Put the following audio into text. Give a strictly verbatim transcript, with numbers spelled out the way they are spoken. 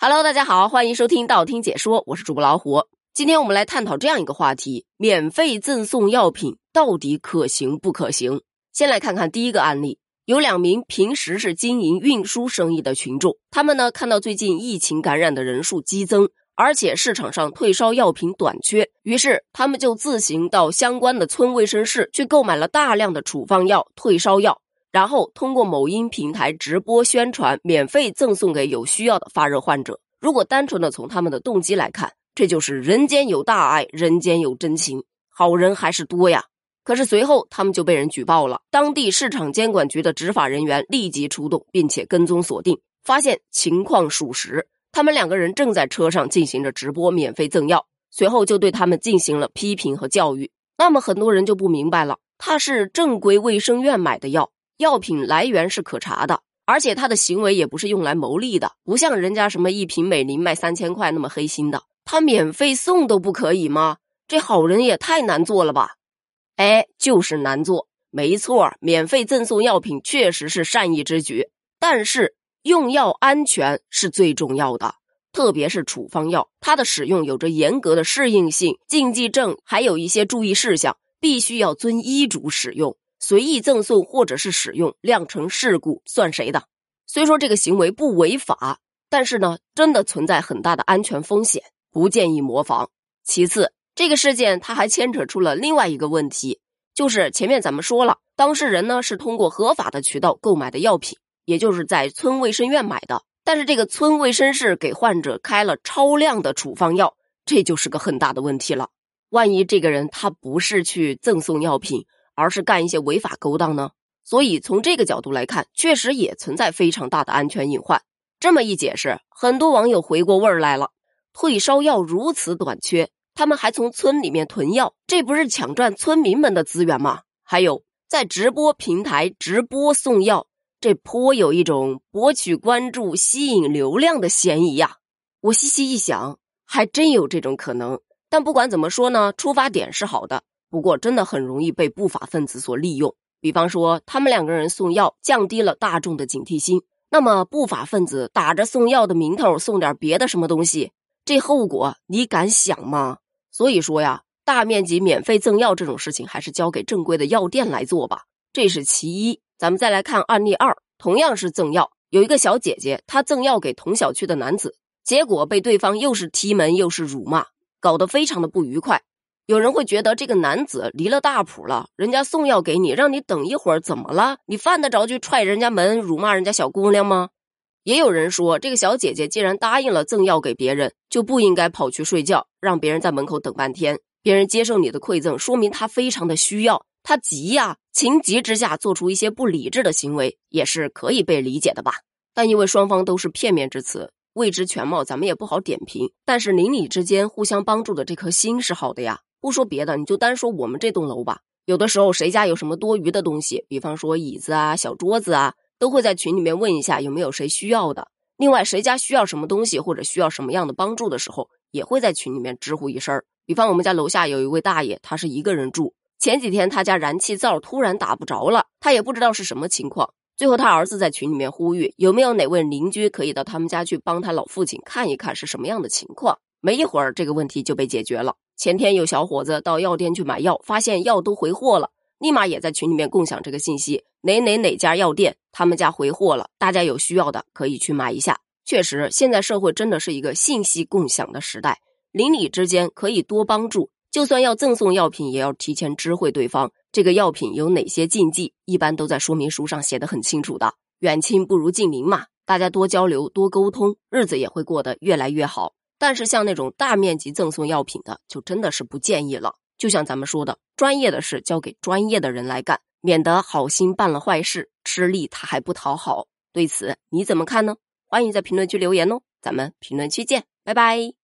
Hello， 大家好，欢迎收听道听解说，我是主播老虎。今天我们来探讨这样一个话题：免费赠送药品到底可行不可行？先来看看第一个案例，有两名平时是经营运输生意的群众，他们呢看到最近疫情感染的人数激增，而且市场上退烧药品短缺，于是他们就自行到相关的村卫生室去购买了大量的处方药、退烧药，然后通过某音平台直播宣传，免费赠送给有需要的发热患者。如果单纯的从他们的动机来看，这就是人间有大爱，人间有真情，好人还是多呀。可是随后他们就被人举报了，当地市场监管局的执法人员立即出动，并且跟踪锁定，发现情况属实，他们两个人正在车上进行着直播免费赠药，随后就对他们进行了批评和教育。那么很多人就不明白了，他是正规卫生院买的药，药品来源是可查的，而且他的行为也不是用来牟利的，不像人家什么一瓶美林卖三千块那么黑心的，他免费送都不可以吗？这好人也太难做了吧。哎，就是难做，没错，免费赠送药品确实是善意之举，但是用药安全是最重要的，特别是处方药，它的使用有着严格的适应性、禁忌症，还有一些注意事项，必须要遵医嘱使用，随意赠送或者是使用酿成事故算谁的？虽说这个行为不违法，但是呢，真的存在很大的安全风险，不建议模仿。其次，这个事件它还牵扯出了另外一个问题，就是前面咱们说了，当事人呢是通过合法的渠道购买的药品，也就是在村卫生院买的，但是这个村卫生室给患者开了超量的处方药，这就是个很大的问题了。万一这个人他不是去赠送药品，而是干一些违法勾当呢？所以从这个角度来看，确实也存在非常大的安全隐患。这么一解释，很多网友回过味儿来了，退烧药如此短缺，他们还从村里面囤药，这不是抢占村民们的资源吗？还有在直播平台直播送药，这颇有一种博取关注、吸引流量的嫌疑呀。我细细一想，还真有这种可能。但不管怎么说呢，出发点是好的，不过真的很容易被不法分子所利用。比方说他们两个人送药，降低了大众的警惕心，那么不法分子打着送药的名头送点别的什么东西，这后果你敢想吗？所以说呀，大面积免费赠药这种事情还是交给正规的药店来做吧，这是其一。咱们再来看案例二，同样是赠药，有一个小姐姐，她赠药给同小区的男子，结果被对方又是踢门又是辱骂，搞得非常的不愉快。有人会觉得这个男子离了大谱了，人家送药给你，让你等一会儿，怎么了？你犯得着去踹人家门辱骂人家小姑娘吗？也有人说，这个小姐姐既然答应了赠药给别人，就不应该跑去睡觉，让别人在门口等半天。别人接受你的馈赠，说明她非常的需要，她急呀，情急之下做出一些不理智的行为，也是可以被理解的吧。但因为双方都是片面之词，未知全貌，咱们也不好点评。但是邻里之间互相帮助的这颗心是好的呀。不说别的，你就单说我们这栋楼吧，有的时候谁家有什么多余的东西，比方说椅子啊、小桌子啊，都会在群里面问一下有没有谁需要的。另外谁家需要什么东西或者需要什么样的帮助的时候，也会在群里面直呼一声。比方我们家楼下有一位大爷，他是一个人住，前几天他家燃气灶突然打不着了，他也不知道是什么情况，最后他儿子在群里面呼吁，有没有哪位邻居可以到他们家去帮他老父亲看一看是什么样的情况。没一会儿这个问题就被解决了。前天有小伙子到药店去买药，发现药都回货了，立马也在群里面共享这个信息，哪哪哪家药店他们家回货了，大家有需要的可以去买一下。确实现在社会真的是一个信息共享的时代，邻里之间可以多帮助，就算要赠送药品也要提前知会对方这个药品有哪些禁忌，一般都在说明书上写得很清楚的。远亲不如近邻嘛，大家多交流多沟通，日子也会过得越来越好。但是像那种大面积赠送药品的，就真的是不建议了。就像咱们说的，专业的事交给专业的人来干，免得好心办了坏事，吃力他还不讨好。对此你怎么看呢？欢迎在评论区留言哦，咱们评论区见，拜拜。